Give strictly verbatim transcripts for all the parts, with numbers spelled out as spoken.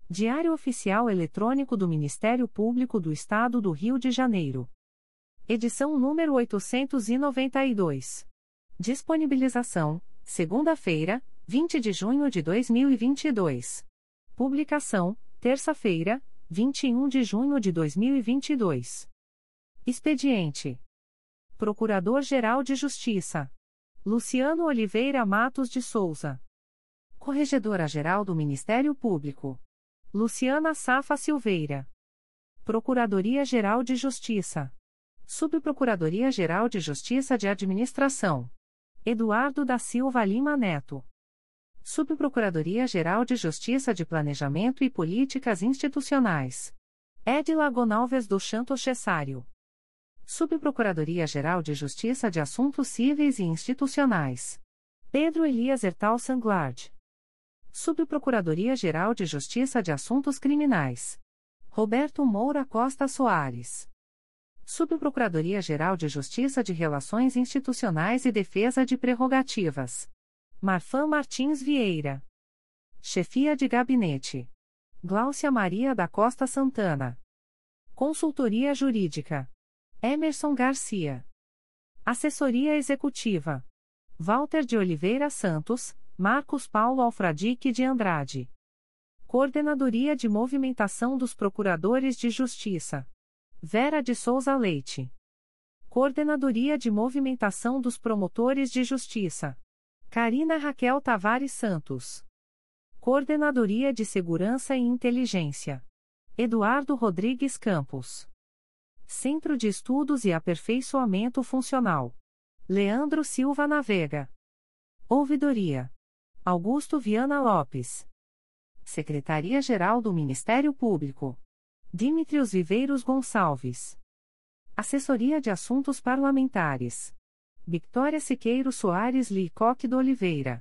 Diário Oficial Eletrônico do Ministério Público do Estado do Rio de Janeiro. Edição número oitocentos e noventa e dois. Disponibilização: segunda-feira, vinte de junho de dois mil e vinte e dois. Publicação: terça-feira, vinte e um de junho de dois mil e vinte e dois. Expediente: Procurador-Geral de Justiça Luciano Oliveira Matos de Souza. Corregedora-Geral do Ministério Público Luciana Safa Silveira. Procuradoria-Geral de Justiça. Subprocuradoria-Geral de Justiça de Administração Eduardo da Silva Lima Neto. Subprocuradoria-Geral de Justiça de Planejamento e Políticas Institucionais Edila Gonalves do Santos Cessário. Subprocuradoria-Geral de Justiça de Assuntos Cíveis e Institucionais Pedro Elias Ertal Sanglard. Subprocuradoria-Geral de Justiça de Assuntos Criminais Roberto Moura Costa Soares. Subprocuradoria-Geral de Justiça de Relações Institucionais e Defesa de Prerrogativas Marfan Martins Vieira. Chefia de Gabinete Gláucia Maria da Costa Santana. Consultoria Jurídica Emerson Garcia. Assessoria Executiva Walter de Oliveira Santos, Marcos Paulo Alfradique de Andrade. Coordenadoria de Movimentação dos Procuradores de Justiça Vera de Souza Leite. Coordenadoria de Movimentação dos Promotores de Justiça Carina Raquel Tavares Santos. Coordenadoria de Segurança e Inteligência Eduardo Rodrigues Campos. Centro de Estudos e Aperfeiçoamento Funcional Leandro Silva Navega. Ouvidoria Augusto Viana Lopes. Secretaria-Geral do Ministério Público Dimitrios Viveiros Gonçalves. Assessoria de Assuntos Parlamentares Victória Siqueiro Soares Licoque do Oliveira.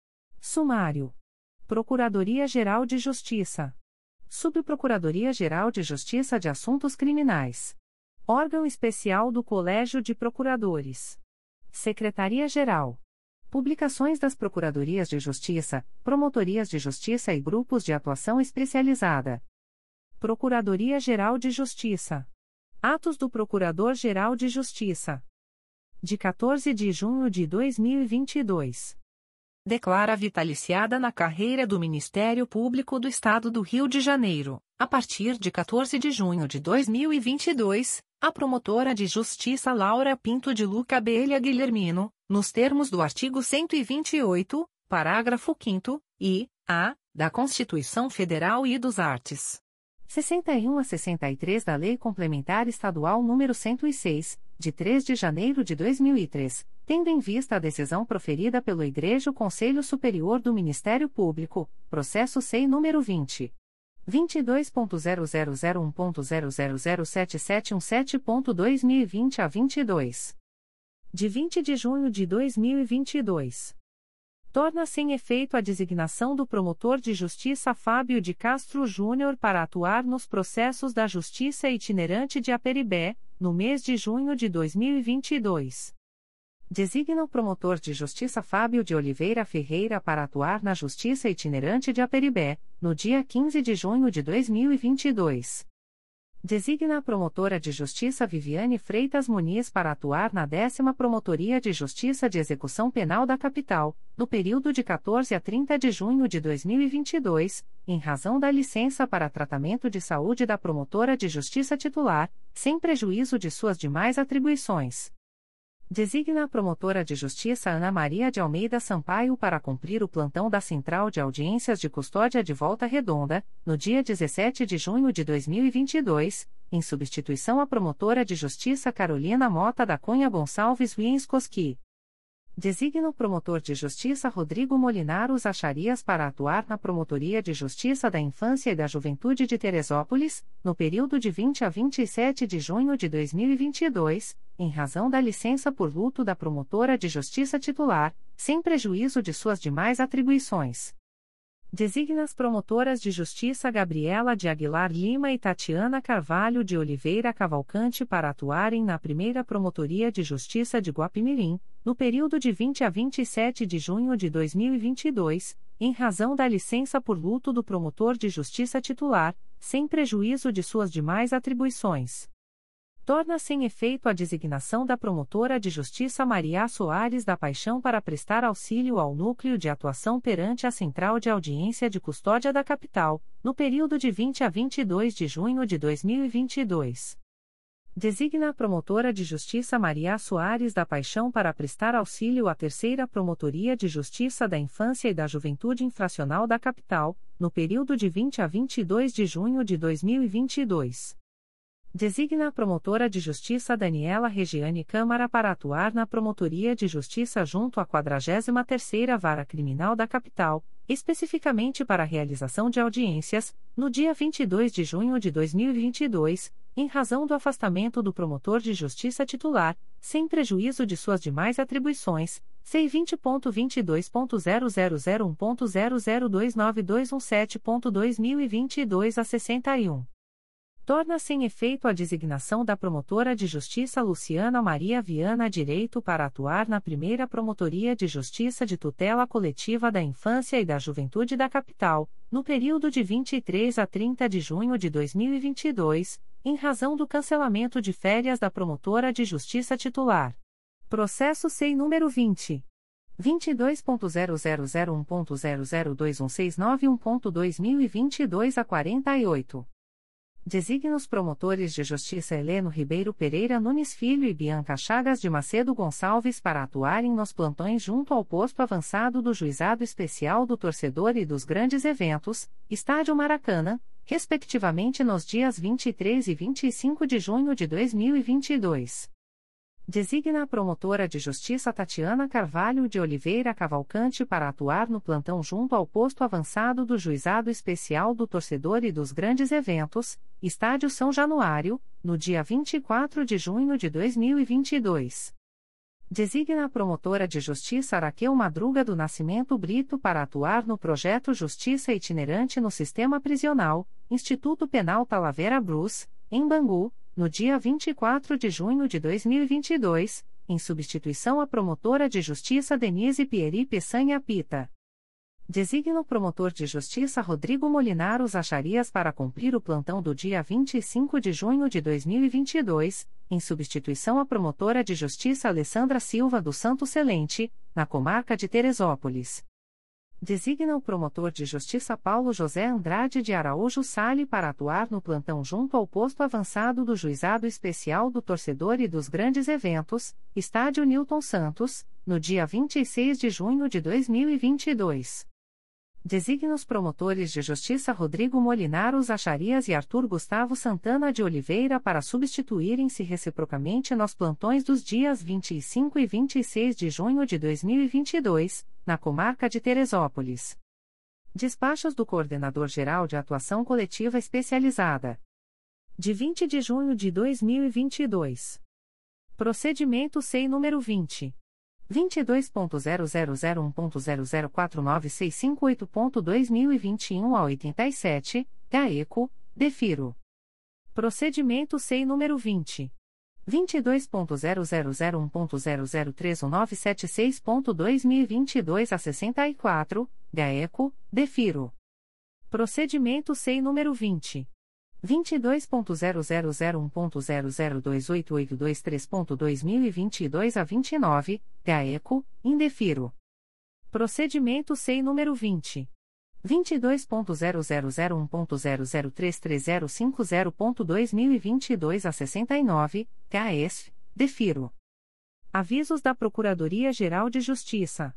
Sumário Procuradoria-Geral de Justiça Subprocuradoria-Geral de Justiça de Assuntos Criminais Órgão Especial do Colégio de Procuradores Secretaria-Geral Publicações das Procuradorias de Justiça, Promotorias de Justiça e Grupos de Atuação Especializada. Procuradoria-Geral de Justiça. Atos do Procurador-Geral de Justiça. De quatorze de junho de dois mil e vinte e dois. Declara vitaliciada na carreira do Ministério Público do Estado do Rio de Janeiro, a partir de quatorze de junho de dois mil e vinte e dois, a promotora de Justiça Laura Pinto de Luca Abelha Guilhermino, nos termos do artigo cento e vinte e oito, parágrafo quinto, e, a, da Constituição Federal e dos arts. sessenta e um a sessenta e três da Lei Complementar Estadual número cento e seis, de três de janeiro de dois mil e três, tendo em vista a decisão proferida pelo Egregiado Conselho Superior do Ministério Público, processo S E I número vinte. vinte e dois ponto zero zero zero um ponto zero zero zero sete sete um sete ponto dois mil e vinte a vinte e dois. De vinte de junho de dois mil e vinte e dois. Torna-se em efeito a designação do promotor de justiça Fábio de Castro Júnior para atuar nos processos da Justiça Itinerante de Aperibé, no mês de junho de dois mil e vinte e dois. Designa o promotor de justiça Fábio de Oliveira Ferreira para atuar na Justiça Itinerante de Aperibé, no dia quinze de junho de dois mil e vinte e dois. Designa a promotora de justiça Viviane Freitas Muniz para atuar na décima Promotoria de Justiça de Execução Penal da Capital, no período de quatorze a trinta de junho de dois mil e vinte e dois, em razão da licença para tratamento de saúde da promotora de justiça titular, sem prejuízo de suas demais atribuições. Designa a promotora de justiça Ana Maria de Almeida Sampaio para cumprir o plantão da Central de Audiências de Custódia de Volta Redonda, no dia dezessete de junho de dois mil e vinte e dois, em substituição à promotora de justiça Carolina Mota da Cunha Gonçalves Wienskoski. Designa o promotor de justiça Rodrigo Molinaro Zacharias para atuar na Promotoria de Justiça da Infância e da Juventude de Teresópolis, no período de vinte a vinte e sete de junho de dois mil e vinte e dois, em razão da licença por luto da promotora de justiça titular, sem prejuízo de suas demais atribuições. Designa as promotoras de justiça Gabriela de Aguilar Lima e Tatiana Carvalho de Oliveira Cavalcante para atuarem na primeira Promotoria de Justiça de Guapimirim, no período de vinte a vinte e sete de junho de dois mil e vinte e dois, em razão da licença por luto do promotor de justiça titular, sem prejuízo de suas demais atribuições. Torna-se em efeito a designação da promotora de justiça Maria Soares da Paixão para prestar auxílio ao Núcleo de Atuação perante a Central de Audiência de Custódia da Capital, no período de vinte a vinte e dois de junho de dois mil e vinte e dois. Designa a promotora de justiça Maria Soares da Paixão para prestar auxílio à Terceira Promotoria de Justiça da Infância e da Juventude Infracional da Capital, no período de vinte a vinte e dois de junho de dois mil e vinte e dois. Designa a promotora de justiça Daniela Regiane Câmara para atuar na Promotoria de Justiça junto à quadragésima terceira Vara Criminal da Capital, especificamente para a realização de audiências, no dia vinte e dois de junho de dois mil e vinte e dois, em razão do afastamento do promotor de justiça titular, sem prejuízo de suas demais atribuições, C vinte ponto vinte e dois ponto zero zero zero um ponto zero zero dois nove dois um sete ponto dois mil e vinte e dois a sessenta e um. Torna-se em efeito a designação da promotora de justiça Luciana Maria Viana Direito para atuar na primeira Promotoria de Justiça de Tutela Coletiva da Infância e da Juventude da Capital, no período de vinte e três a trinta de junho de dois mil e vinte e dois, em razão do cancelamento de férias da promotora de justiça titular. Processo S E I número vinte. vinte e dois ponto zero zero zero um ponto zero zero dois um seis nove um ponto dois mil e vinte e dois a quarenta e oito. Designa os promotores de justiça Heleno Ribeiro Pereira Nunes Filho e Bianca Chagas de Macedo Gonçalves para atuarem nos plantões junto ao posto avançado do Juizado Especial do Torcedor e dos Grandes Eventos, Estádio Maracanã, respectivamente nos dias vinte e três e vinte e cinco de junho de dois mil e vinte e dois. Designa a promotora de justiça Tatiana Carvalho de Oliveira Cavalcante para atuar no plantão junto ao posto avançado do Juizado Especial do Torcedor e dos Grandes Eventos, Estádio São Januário, no dia vinte e quatro de junho de dois mil e vinte e dois. Designa a promotora de justiça Raquel Madruga do Nascimento Brito para atuar no projeto Justiça Itinerante no Sistema Prisional, Instituto Penal Talavera Brus, em Bangu, no dia vinte e quatro de junho de dois mil e vinte e dois, em substituição à promotora de justiça Denise Pieri Peçanha Pita. Designa o promotor de justiça Rodrigo Molinaros Acharias para cumprir o plantão do dia vinte e cinco de junho de dois mil e vinte e dois, em substituição à promotora de justiça Alessandra Silva do Santo Celente, na comarca de Teresópolis. Designa o promotor de justiça Paulo José Andrade de Araújo Sale para atuar no plantão junto ao posto avançado do Juizado Especial do Torcedor e dos Grandes Eventos, Estádio Newton Santos, no dia vinte e seis de junho de dois mil e vinte e dois. Designa os promotores de justiça Rodrigo Molinaros Acharias e Arthur Gustavo Santana de Oliveira para substituírem-se reciprocamente nos plantões dos dias vinte e cinco e vinte e seis de junho de dois mil e vinte e dois, na comarca de Teresópolis. Despachos do Coordenador-Geral de Atuação Coletiva Especializada. De vinte de junho de dois mil e vinte e dois. Procedimento S E I número vinte. vinte e dois ponto zero zero zero um ponto zero zero quatro nove seis cinco oito ponto dois mil e vinte e um a oitenta e sete, GAECO, defiro. Procedimento S E I número vinte. vinte e dois ponto zero zero zero um ponto zero zero três um nove sete seis ponto dois mil e vinte e dois a sessenta e quatro, GAECO, defiro. Procedimento S E I número vinte. vinte e dois ponto zero zero zero um ponto zero zero dois oito oito dois três ponto dois mil e vinte e dois a vinte e nove, GAECO, indefiro. Procedimento S E I número vinte. vinte e dois ponto zero zero zero um ponto zero zero três três zero cinco zero ponto dois mil e vinte e dois a sessenta e nove, GAESF, defiro. Avisos da Procuradoria-Geral de Justiça.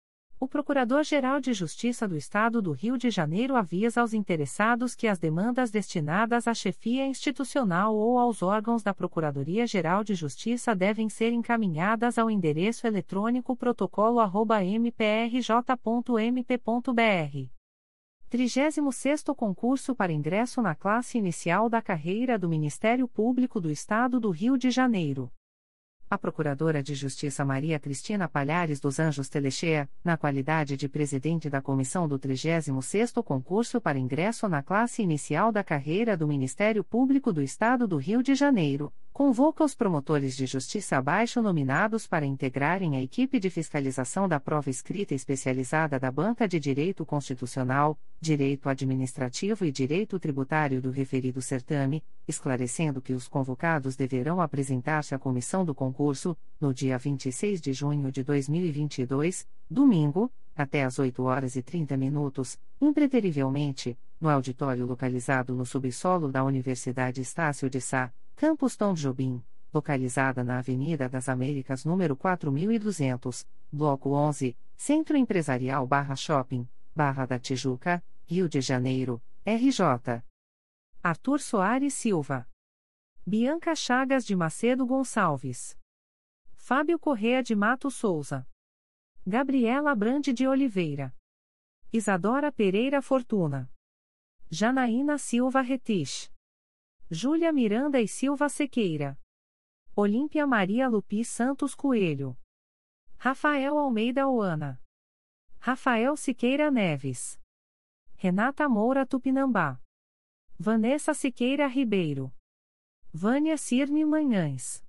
O Procurador-Geral de Justiça do Estado do Rio de Janeiro avisa aos interessados que as demandas destinadas à chefia institucional ou aos órgãos da Procuradoria-Geral de Justiça devem ser encaminhadas ao endereço eletrônico protocolo arroba m p r j ponto m p ponto b r. trigésimo sexto Concurso para ingresso na classe inicial da carreira do Ministério Público do Estado do Rio de Janeiro. A Procuradora de Justiça Maria Cristina Palhares dos Anjos Telechea, na qualidade de presidente da comissão do trigésimo sexto Concurso para ingresso na classe inicial da carreira do Ministério Público do Estado do Rio de Janeiro, convoca os promotores de justiça abaixo nominados para integrarem a equipe de fiscalização da prova escrita especializada da Banca de Direito Constitucional, Direito Administrativo e Direito Tributário do referido certame, esclarecendo que os convocados deverão apresentar-se à comissão do concurso, no dia vinte e seis de junho de dois mil e vinte e dois, domingo, até às oito horas e trinta minutos, impreterivelmente, no auditório localizado no subsolo da Universidade Estácio de Sá, Campus Tom Jobim, localizada na Avenida das Américas número quatro mil e duzentos, Bloco onze, Centro Empresarial Barra Shopping, Barra da Tijuca, Rio de Janeiro, R J. Arthur Soares Silva. Bianca Chagas de Macedo Gonçalves. Fábio Correa de Mato Souza. Gabriela Brande de Oliveira. Isadora Pereira Fortuna. Janaína Silva Retich. Júlia Miranda e Silva Sequeira. Olímpia Maria Lupi Santos Coelho. Rafael Almeida Oana. Rafael Siqueira Neves. Renata Moura Tupinambá. Vanessa Siqueira Ribeiro. Vânia Cirne Manhães.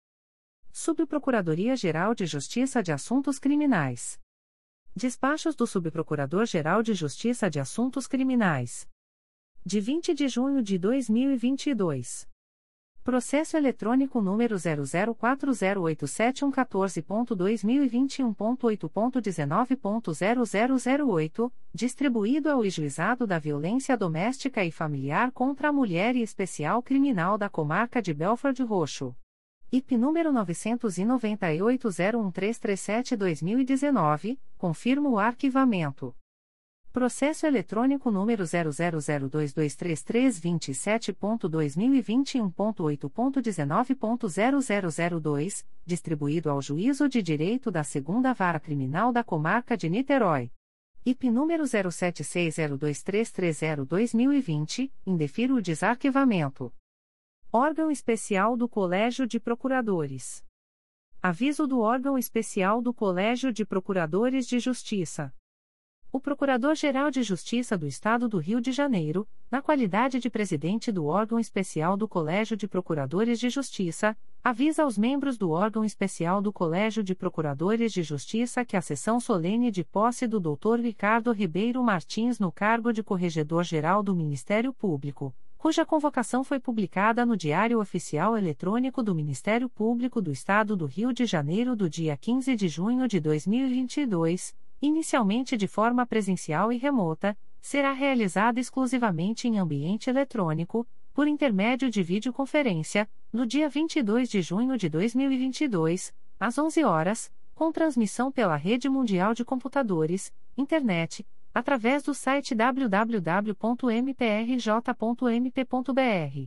Subprocuradoria-Geral de Justiça de Assuntos Criminais. Despachos do Subprocurador-Geral de Justiça de Assuntos Criminais. De vinte de junho de dois mil e vinte e dois. Processo eletrônico número zero zero quatro zero oito sete um um quatro ponto dois mil e vinte e um ponto oito ponto dezenove ponto zero zero zero oito, distribuído ao Juizado da Violência Doméstica e Familiar contra a Mulher e Especial Criminal da Comarca de Belford Roxo. I P número nove nove oito zero um três três sete barra dois mil e dezenove, confirmo o arquivamento. Processo eletrônico número zero zero zero dois dois três três dois sete ponto dois mil e vinte e um ponto oito ponto dezenove ponto zero zero zero dois, distribuído ao Juízo de Direito da segunda Vara Criminal da Comarca de Niterói. I P número zero sete seis zero dois três três zero barra dois mil e vinte, indefiro o desarquivamento. Órgão Especial do Colégio de Procuradores. Aviso do Órgão Especial do Colégio de Procuradores de Justiça. O Procurador-Geral de Justiça do Estado do Rio de Janeiro, na qualidade de presidente do órgão especial do Colégio de Procuradores de Justiça, avisa aos membros do órgão especial do Colégio de Procuradores de Justiça que a sessão solene de posse do doutor Ricardo Ribeiro Martins no cargo de Corregedor-Geral do Ministério Público, cuja convocação foi publicada no Diário Oficial Eletrônico do Ministério Público do Estado do Rio de Janeiro do dia quinze de junho de dois mil e vinte e dois, inicialmente de forma presencial e remota, será realizada exclusivamente em ambiente eletrônico, por intermédio de videoconferência, no dia vinte e dois de junho de dois mil e vinte e dois, às onze horas, com transmissão pela Rede Mundial de Computadores, Internet, através do site w w w ponto m p r j ponto m p ponto b r.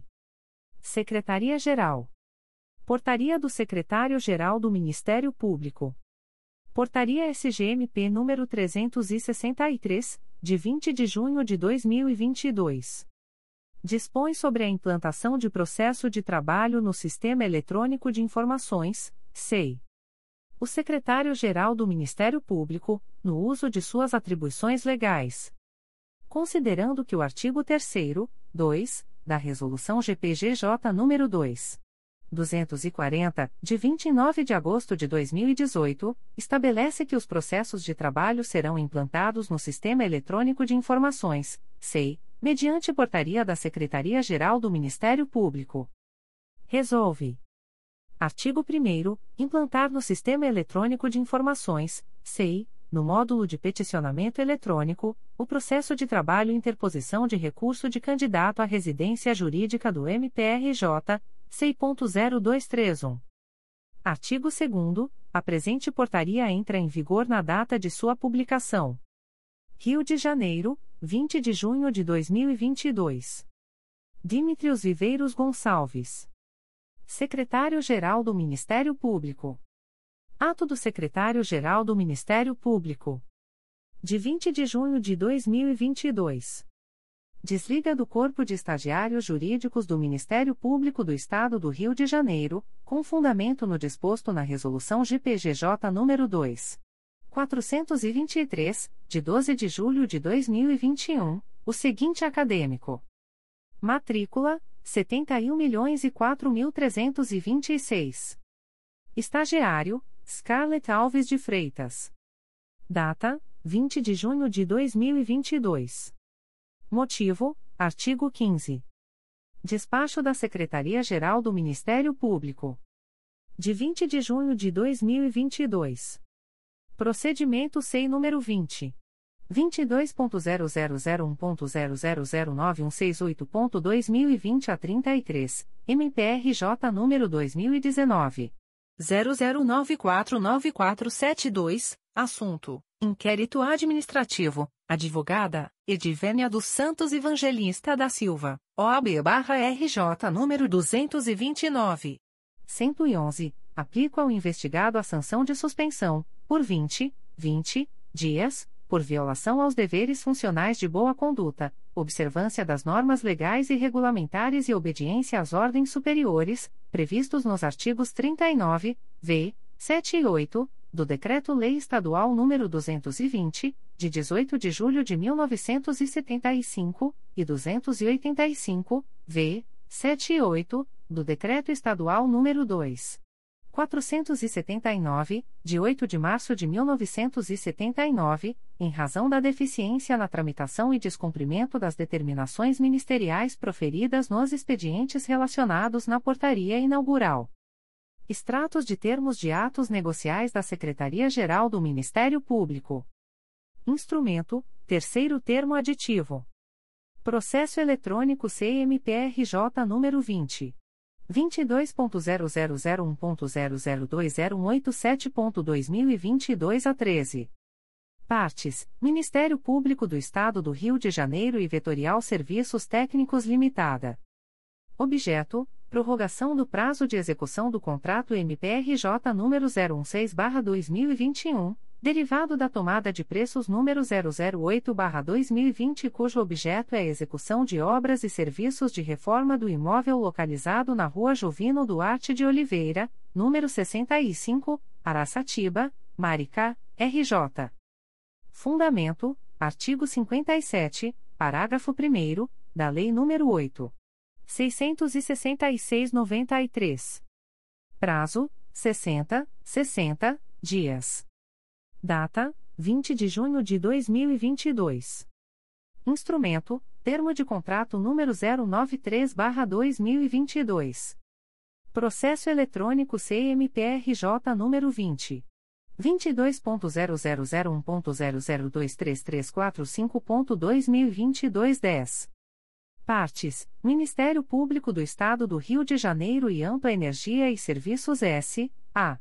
Secretaria-Geral. Portaria do Secretário-Geral do Ministério Público. Portaria S G M P número trezentos e sessenta e três, de vinte de junho de dois mil e vinte e dois. Dispõe sobre a implantação de processo de trabalho no Sistema Eletrônico de Informações, S E I. O Secretário-Geral do Ministério Público, no uso de suas atribuições legais. Considerando que o artigo terceiro, dois, da Resolução G P G J nº dois mil duzentos e quarenta, de vinte e nove de agosto de dois mil e dezoito, estabelece que os processos de trabalho serão implantados no Sistema Eletrônico de Informações, S E I, mediante portaria da Secretaria-Geral do Ministério Público. Resolve. Artigo primeiro, implantar no Sistema Eletrônico de Informações, S E I, no módulo de peticionamento eletrônico, o processo de trabalho e interposição de recurso de candidato à residência jurídica do M P R J, S E I ponto zero dois três um. Artigo segundo, a presente portaria entra em vigor na data de sua publicação. Rio de Janeiro, vinte de junho de dois mil e vinte e dois. Dimitrios Viveiros Gonçalves. Secretário-Geral do Ministério Público. Ato do Secretário-Geral do Ministério Público. De vinte de junho de dois mil e vinte e dois. Desliga do Corpo de Estagiários Jurídicos do Ministério Público do Estado do Rio de Janeiro, com fundamento no disposto na Resolução G P G J nº dois mil quatrocentos e vinte e três, de doze de julho de dois mil e vinte e um, o seguinte acadêmico. Matrícula: setenta e um milhões e quatro mil trezentos e vinte e seis. Estagiário, Scarlett Alves de Freitas. Data, vinte de junho de dois mil e vinte e dois. Motivo, artigo quinze. Despacho da Secretaria-Geral do Ministério Público. De vinte de junho de dois mil e vinte e dois. Procedimento S E I número vinte. vinte e dois ponto zero zero zero um ponto zero zero zero nove um seis oito ponto dois mil e vinte a trinta e três, M P R J número dois mil e dezenove. zero zero nove quatro nove quatro sete dois, assunto: Inquérito Administrativo, advogada, Edivênia dos Santos Evangelista da Silva, O A B-R J número duzentos e vinte e nove. cento e onze, aplico ao investigado a sanção de suspensão, por vinte, vinte, dias, por violação aos deveres funcionais de boa conduta, observância das normas legais e regulamentares e obediência às ordens superiores, previstos nos artigos trinta e nove, V, sete e oito, do Decreto-Lei Estadual nº duzentos e vinte, de dezoito de julho de mil novecentos e setenta e cinco, e duzentos e oitenta e cinco, V, sete e oito, do Decreto Estadual nº dois mil quatrocentos e setenta e nove, de oito de março de mil novecentos e setenta e nove, em razão da deficiência na tramitação e descumprimento das determinações ministeriais proferidas nos expedientes relacionados na Portaria Inaugural. Extratos de termos de atos negociais da Secretaria-Geral do Ministério Público. Instrumento: Terceiro termo aditivo. Processo eletrônico C M P R J número vinte. vinte e dois ponto zero zero zero um ponto zero zero dois zero um oito sete ponto dois mil e vinte e dois a treze. Partes: Ministério Público do Estado do Rio de Janeiro e Vetorial Serviços Técnicos Limitada. Objeto: prorrogação do prazo de execução do contrato M P R J número zero um seis barra dois mil e vinte e um, derivado da tomada de preços número zero zero oito barra dois mil e vinte, cujo objeto é a execução de obras e serviços de reforma do imóvel localizado na Rua Jovino Duarte de Oliveira, número sessenta e cinco, Araçatiba, Maricá, R J. Fundamento: artigo cinquenta e sete, parágrafo primeiro, da Lei nº oito mil seiscentos e sessenta e seis barra noventa e três. Prazo: sessenta, sessenta, dias. Data: vinte de junho de dois mil e vinte e dois. Instrumento: termo de contrato número zero nove três barra dois mil e vinte e dois. Processo eletrônico C M P R J número vinte. vinte e dois ponto zero zero zero um ponto zero zero dois três três quatro cinco ponto dois mil e vinte e dois dez. Partes: Ministério Público do Estado do Rio de Janeiro e Ampla Energia e Serviços S A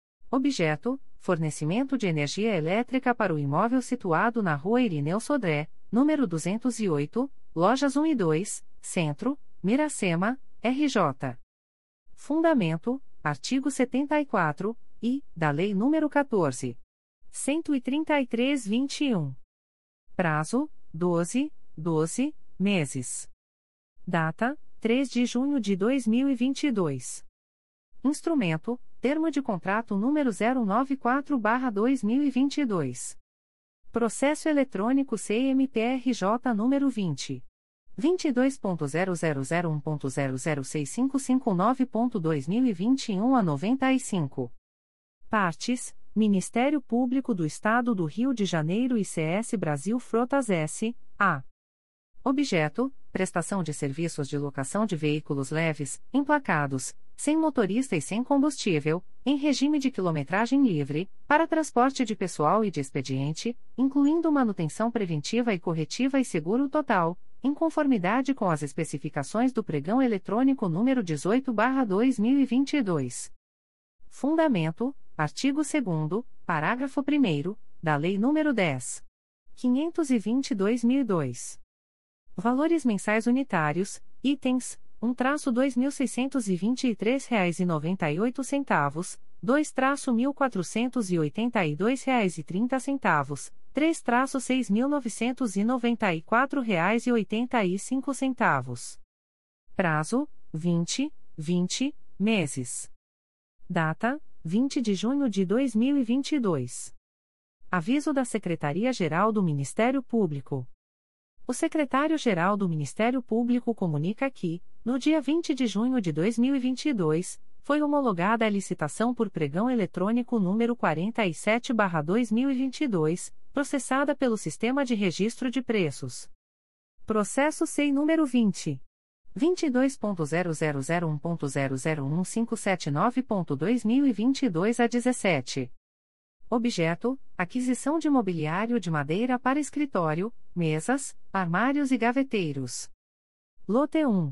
Objeto: fornecimento de energia elétrica para o imóvel situado na Rua Irineu Sodré, número duzentos e oito, lojas um e dois, Centro, Miracema, R J. Fundamento: artigo setenta e quatro, e, da Lei nº quatorze mil cento e trinta e três barra vinte e um. Prazo: doze, doze, meses. Data: três de junho de dois mil e vinte e dois. Instrumento: termo de contrato número zero nove quatro barra dois mil e vinte e dois. Processo eletrônico C M P R J número vinte. vinte e dois ponto zero zero zero um ponto zero zero seis cinco cinco nove ponto dois mil e vinte e um a noventa e cinco. Partes: Ministério Público do Estado do Rio de Janeiro e C S Brasil Frotas S A Objeto: prestação de serviços de locação de veículos leves, emplacados, sem motorista e sem combustível, em regime de quilometragem livre, para transporte de pessoal e de expediente, incluindo manutenção preventiva e corretiva e seguro total, em conformidade com as especificações do Pregão Eletrônico número dezoito barra dois mil e vinte e dois. Fundamento: artigo segundo, parágrafo primeiro, da Lei nº dez mil quinhentos e vinte e dois barra dois mil e dois. Valores mensais unitários, itens, um traço dois mil seiscentos e vinte e três reais e noventa e oito centavos, dois traço mil quatrocentos e oitenta e dois reais e trinta centavos, três traço seis mil novecentos e noventa e quatro reais e oitenta e cinco centavos. Prazo: vinte, vinte, meses. Data: vinte de junho de dois mil e vinte e dois. Aviso da Secretaria-Geral do Ministério Público. O secretário-geral do Ministério Público comunica que, No dia vinte de junho de dois mil e vinte e dois, foi homologada a licitação por pregão eletrônico número quarenta e sete barra dois mil e vinte e dois, processada pelo Sistema de Registro de Preços. Processo S E I número vinte. vinte e dois ponto zero zero zero um ponto zero zero um cinco sete nove ponto dois mil e vinte e dois a dezessete. Objeto: aquisição de mobiliário de madeira para escritório, mesas, armários e gaveteiros. Lote um.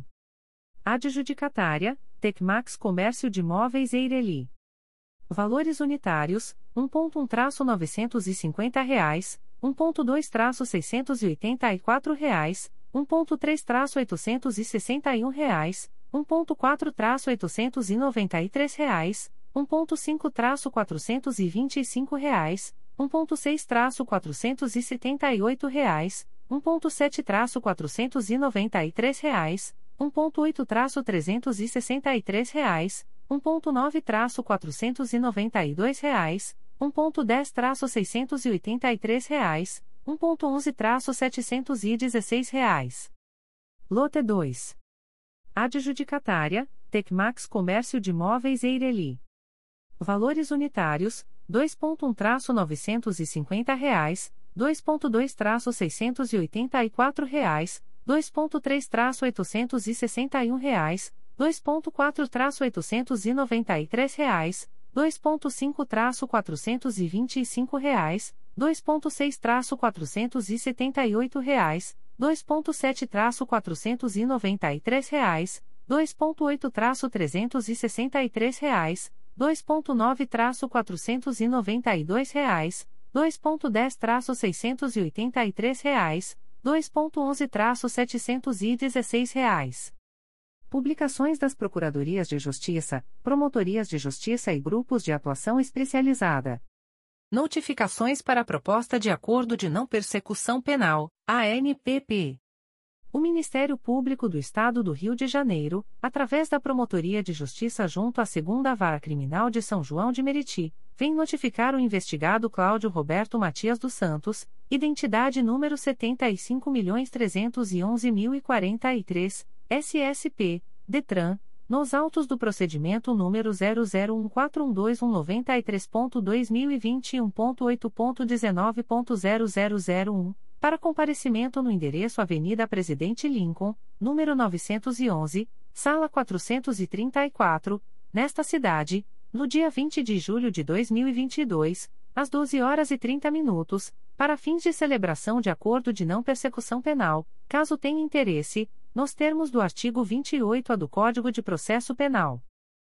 Adjudicatária: Tecmax Comércio de Móveis Eireli. Valores unitários: um ponto um traço novecentos e cinquenta reais, um ponto dois traço seiscentos e oitenta e quatro reais, um ponto três traço oitocentos e sessenta e um reais, um ponto quatro traço oitocentos e noventa e três reais, um ponto cinco traço quatrocentos e vinte e cinco reais, um ponto seis traço quatrocentos e setenta e oito reais, um ponto sete traço quatrocentos e noventa e três reais, um ponto oito traço trezentos e sessenta e três reais, um ponto nove traço quatrocentos e noventa e dois reais, um ponto dez traço seiscentos e oitenta e três reais, um ponto onze traço setecentos e dezesseis reais. Lote dois. Adjudicatária: Tecmax Comércio de Móveis Eireli. Valores unitários: dois ponto um traço novecentos e cinquenta reais, dois ponto dois traço seiscentos e oitenta e quatro reais, dois ponto três traço oitocentos e sessenta e um reais, dois ponto quatro traço oitocentos e noventa e três reais, dois ponto cinco traço quatrocentos e vinte e cinco reais, dois ponto seis traço quatrocentos e setenta e oito reais, dois ponto sete traço quatrocentos e noventa e três reais, dois ponto oito traço trezentos e sessenta e três reais, dois ponto nove traço quatrocentos e noventa e dois reais, dois ponto dez traço seiscentos e oitenta e três reais, dois ponto onze traço setecentos e dezesseis reais. Publicações das Procuradorias de Justiça, Promotorias de Justiça e Grupos de Atuação Especializada. Notificações para a Proposta de Acordo de Não Persecução Penal, A N P P. O Ministério Público do Estado do Rio de Janeiro, através da Promotoria de Justiça junto à Segunda Vara Criminal de São João de Meriti, vem notificar o investigado Cláudio Roberto Matias dos Santos, identidade número setenta e cinco milhões trezentos e onze mil e quarenta e três, S S P, DETRAN, nos autos do procedimento número zero zero um quatro um dois um nove três ponto dois mil e vinte e um ponto oito ponto dezenove ponto zero zero zero um, para comparecimento no endereço Avenida Presidente Lincoln, número novecentos e onze, sala quatrocentos e trinta e quatro, nesta cidade, no dia vinte de julho de dois mil e vinte e dois, às doze horas e trinta minutos, para fins de celebração de acordo de não persecução penal, caso tenha interesse, nos termos do artigo vinte e oito A do Código de Processo Penal.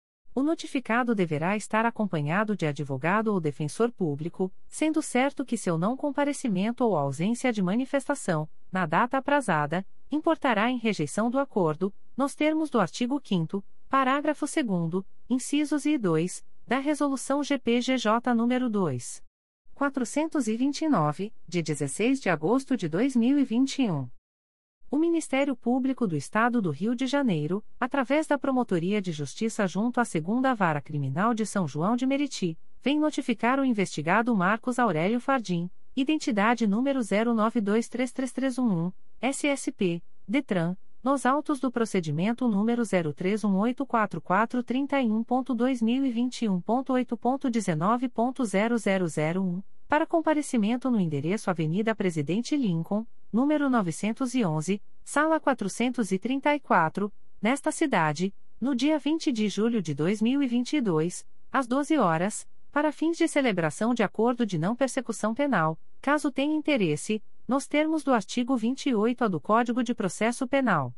O notificado deverá estar acompanhado de advogado ou defensor público, sendo certo que seu não comparecimento ou ausência de manifestação, na data aprazada, importará em rejeição do acordo, nos termos do artigo quinto, parágrafo segundo, incisos I e dois, da Resolução G P G J nº dois mil quatrocentos e vinte e nove, de dezesseis de agosto de dois mil e vinte e um. O Ministério Público do Estado do Rio de Janeiro, através da Promotoria de Justiça junto à Segunda Vara Criminal de São João de Meriti, vem notificar o investigado Marcos Aurélio Fardim, identidade número zero nove dois três três três um um, S S P, DETRAN, nos autos do procedimento número zero três um oito quatro quatro três um ponto dois mil e vinte e um ponto oito ponto dezenove ponto zero zero zero um, para comparecimento no endereço Avenida Presidente Lincoln, número novecentos e onze, sala quatrocentos e trinta e quatro, nesta cidade, no dia vinte de julho de dois mil e vinte e dois, às doze horas, para fins de celebração de acordo de não persecução penal, caso tenha interesse, nos termos do artigo vinte e oito A do Código de Processo Penal.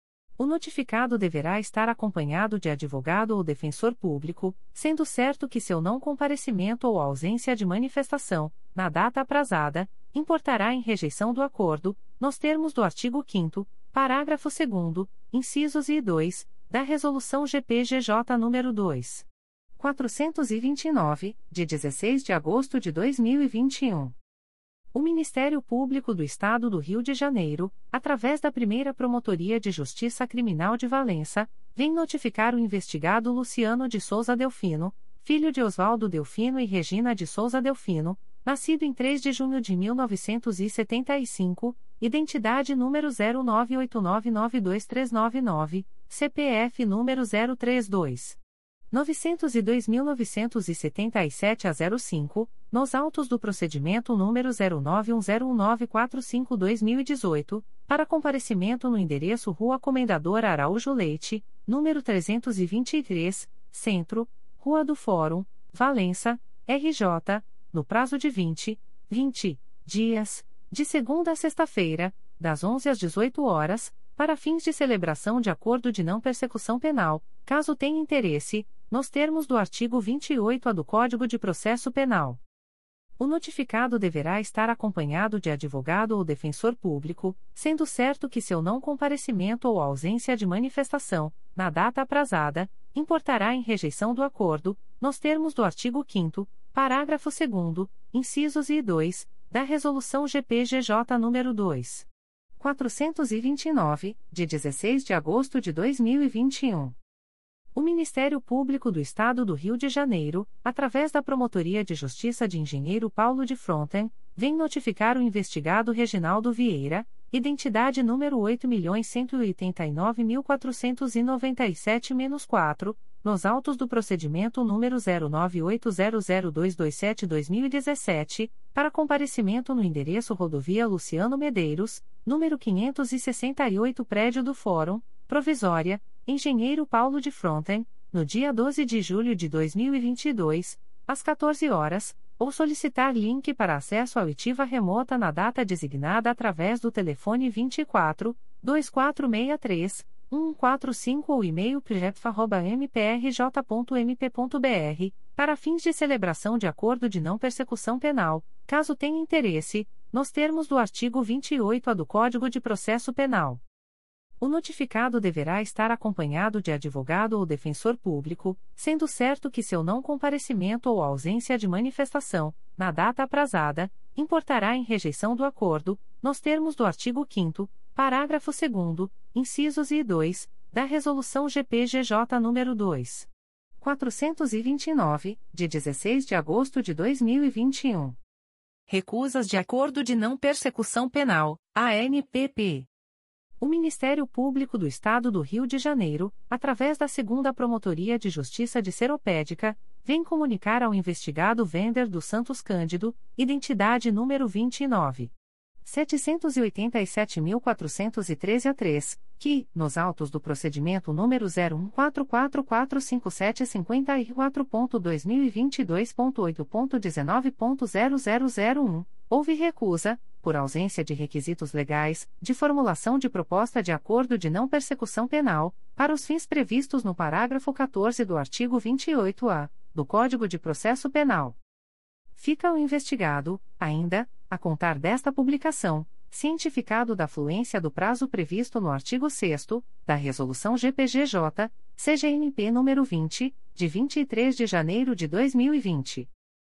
O notificado deverá estar acompanhado de advogado ou defensor público, sendo certo que seu não comparecimento ou ausência de manifestação, na data aprazada, importará em rejeição do acordo, nos termos do artigo quinto, parágrafo segundo, incisos I e dois, da Resolução G P G J nº dois mil quatrocentos e vinte e nove, de dezesseis de agosto de dois mil e vinte e um. O Ministério Público do Estado do Rio de Janeiro, através da Primeira Promotoria de Justiça Criminal de Valença, vem notificar o investigado Luciano de Souza Delfino, filho de Oswaldo Delfino e Regina de Souza Delfino, nascido em três de junho de mil novecentos e setenta e cinco, identidade número zero nove oito nove nove dois três nove nove, C P F número zero três dois nove zero dois nove sete sete a zero cinco, nos autos do procedimento número zero nove um zero um nove quatro cinco barra dois mil e dezoito, para comparecimento no endereço Rua Comendador Araújo Leite, número trezentos e vinte e três, Centro, Rua do Fórum, Valença, R J, no prazo de vinte, vinte dias, de segunda a sexta-feira, das onze às dezoito horas, para fins de celebração de acordo de não persecução penal, caso tenha interesse, nos termos do artigo vinte e oito A do Código de Processo Penal. O notificado deverá estar acompanhado de advogado ou defensor público, sendo certo que seu não comparecimento ou ausência de manifestação, na data aprazada, importará em rejeição do acordo, nos termos do artigo quinto, parágrafo segundo, incisos I e dois, da Resolução G P G J nº dois mil quatrocentos e vinte e nove, de dezesseis de agosto de dois mil e vinte e um. O Ministério Público do Estado do Rio de Janeiro, através da Promotoria de Justiça de Engenheiro Paulo de Fronten, vem notificar o investigado Reginaldo Vieira, identidade número oito milhões cento e oitenta e nove mil quatrocentos e noventa e sete quatro, nos autos do procedimento número zero nove oito zero zero dois dois sete barra dois mil e dezessete, para comparecimento no endereço Rodovia Luciano Medeiros, número quinhentos e sessenta e oito Prédio do Fórum, Provisória, Engenheiro Paulo de Fronten, no dia doze de julho de dois mil e vinte e dois, às quatorze horas, ou solicitar link para acesso à oitiva remota na data designada através do telefone vinte e quatro, vinte e quatro sessenta e três, cento e quarenta e cinco ou e-mail prjef arroba m p r j ponto m p ponto b r, para fins de celebração de acordo de não persecução penal, caso tenha interesse, nos termos do artigo vinte e oito A do Código de Processo Penal. O notificado deverá estar acompanhado de advogado ou defensor público, sendo certo que seu não comparecimento ou ausência de manifestação, na data aprazada, importará em rejeição do acordo, nos termos do artigo quinto, parágrafo segundo, incisos I e dois, da Resolução G P G J nº dois mil quatrocentos e vinte e nove, de dezesseis de agosto de dois mil e vinte e um. Recusas de Acordo de Não Persecução Penal, A N P P. O Ministério Público do Estado do Rio de Janeiro, através da segunda Promotoria de Justiça de Seropédica, vem comunicar ao investigado Vender dos Santos Cândido, identidade número vinte e nove. setecentos e oitenta e sete mil quatrocentos e treze a três, que, nos autos do procedimento número zero um quatro quatro quatro cinco sete cinco quatro ponto dois mil e vinte e dois ponto oito ponto dezenove ponto zero zero zero um, houve recusa, por ausência de requisitos legais, de formulação de proposta de acordo de não persecução penal, para os fins previstos no parágrafo quatorze do artigo vinte e oito A, do Código de Processo Penal. Fica o investigado, ainda, a contar desta publicação, cientificado da fluência do prazo previsto no artigo sexto da Resolução G P G J, C G N P número vinte, de vinte e três de janeiro de dois mil e vinte.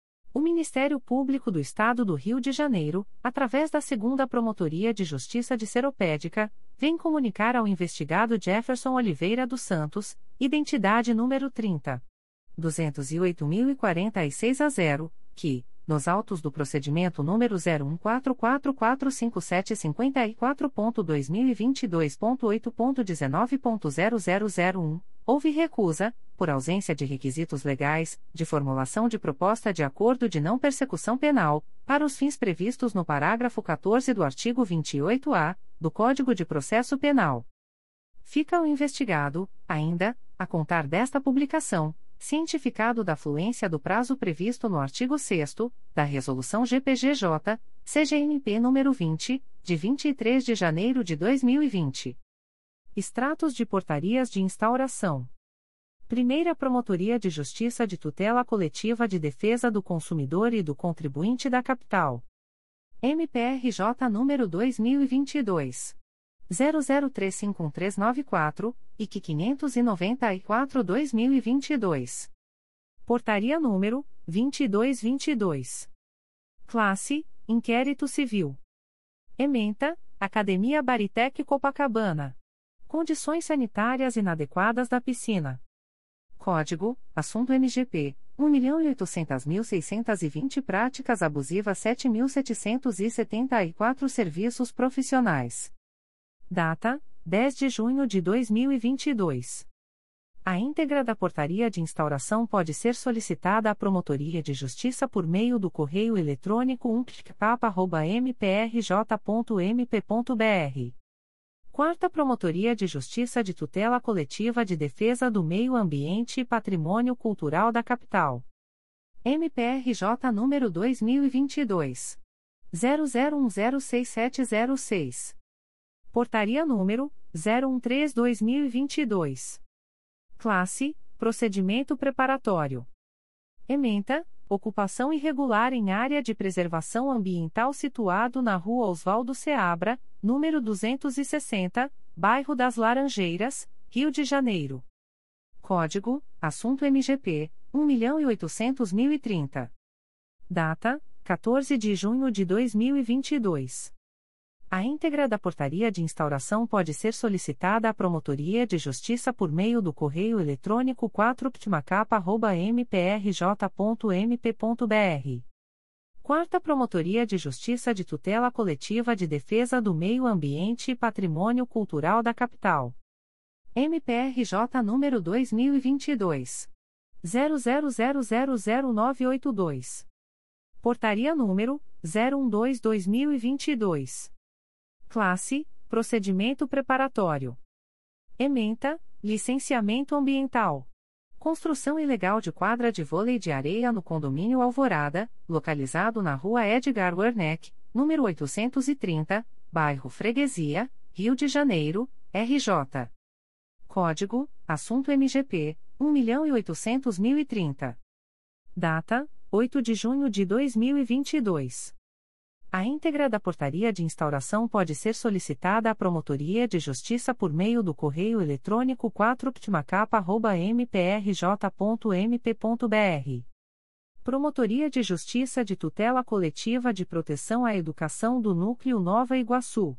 O Ministério Público do Estado do Rio de Janeiro, através da segunda Promotoria de Justiça de Seropédica, vem comunicar ao investigado Jefferson Oliveira dos Santos, identidade número trinta. duzentos e oito mil e quarenta e seis a zero, que, nos autos do procedimento número zero um quatro quatro quatro cinco sete cinco quatro ponto dois mil e vinte e dois ponto oito ponto dezenove ponto zero zero zero um, houve recusa, por ausência de requisitos legais, de formulação de proposta de acordo de não persecução penal, para os fins previstos no parágrafo quatorze do artigo vinte e oito A, do Código de Processo Penal. Fica o investigado, ainda, a contar desta publicação, cientificado da fluência do prazo previsto no artigo sexto da Resolução G P G J, C G N P número vinte, de vinte e três de janeiro de dois mil e vinte. Extratos de portarias de instauração. Primeira Promotoria de Justiça de Tutela Coletiva de Defesa do Consumidor e do Contribuinte da Capital. M P R J número dois mil e vinte e dois. zero zero três cinco um três nove quatro, I C quinhentos e noventa e quatro barra dois mil e vinte e dois. Portaria número vinte e dois vinte e dois. Classe: Inquérito Civil. Ementa: Academia Baritec Copacabana. Condições sanitárias inadequadas da piscina. Código: Assunto M G P um milhão e oitocentos mil seiscentos e vinte Práticas abusivas sete mil setecentos e setenta e quatro Serviços profissionais. Data: dez de junho de dois mil e vinte e dois. A íntegra da portaria de instauração pode ser solicitada à Promotoria de Justiça por meio do correio eletrônico umptcpap arroba m p r j ponto m p ponto b r. Quarta Promotoria de Justiça de Tutela Coletiva de Defesa do Meio Ambiente e Patrimônio Cultural da Capital. M P R J número dois mil e vinte e dois. zero zero um zero seis sete zero seis. Portaria número zero um três barra dois mil e vinte e dois. Classe: Procedimento Preparatório. Ementa: Ocupação irregular em área de preservação ambiental situado na Rua Oswaldo Seabra, número duzentos e sessenta, Bairro das Laranjeiras, Rio de Janeiro. Código: Assunto M G P um milhão e oitocentos mil e trinta. Data: quatorze de junho de dois mil e vinte e dois. A íntegra da portaria de instauração pode ser solicitada à Promotoria de Justiça por meio do correio eletrônico quatro p t macapa arroba m p r j ponto m p ponto b r. Quarta Promotoria de Justiça de Tutela Coletiva de Defesa do Meio Ambiente e Patrimônio Cultural da Capital. M P R J número dois mil e vinte e dois. zero zero zero zero zero nove oito dois. Portaria número zero um dois barra dois mil e vinte e dois. Classe: Procedimento Preparatório. Ementa: Licenciamento Ambiental. Construção ilegal de quadra de vôlei de areia no condomínio Alvorada, localizado na Rua Edgar Werneck, número oitocentos e trinta, Bairro Freguesia, Rio de Janeiro, R J. Código: Assunto M G P um milhão e oitocentos mil e trinta. Data: oito de junho de dois mil e vinte e dois. A íntegra da portaria de instauração pode ser solicitada à Promotoria de Justiça por meio do correio eletrônico quatro p t macapa arroba m p r j ponto m p ponto b r. Promotoria de Justiça de Tutela Coletiva de Proteção à Educação do Núcleo Nova Iguaçu.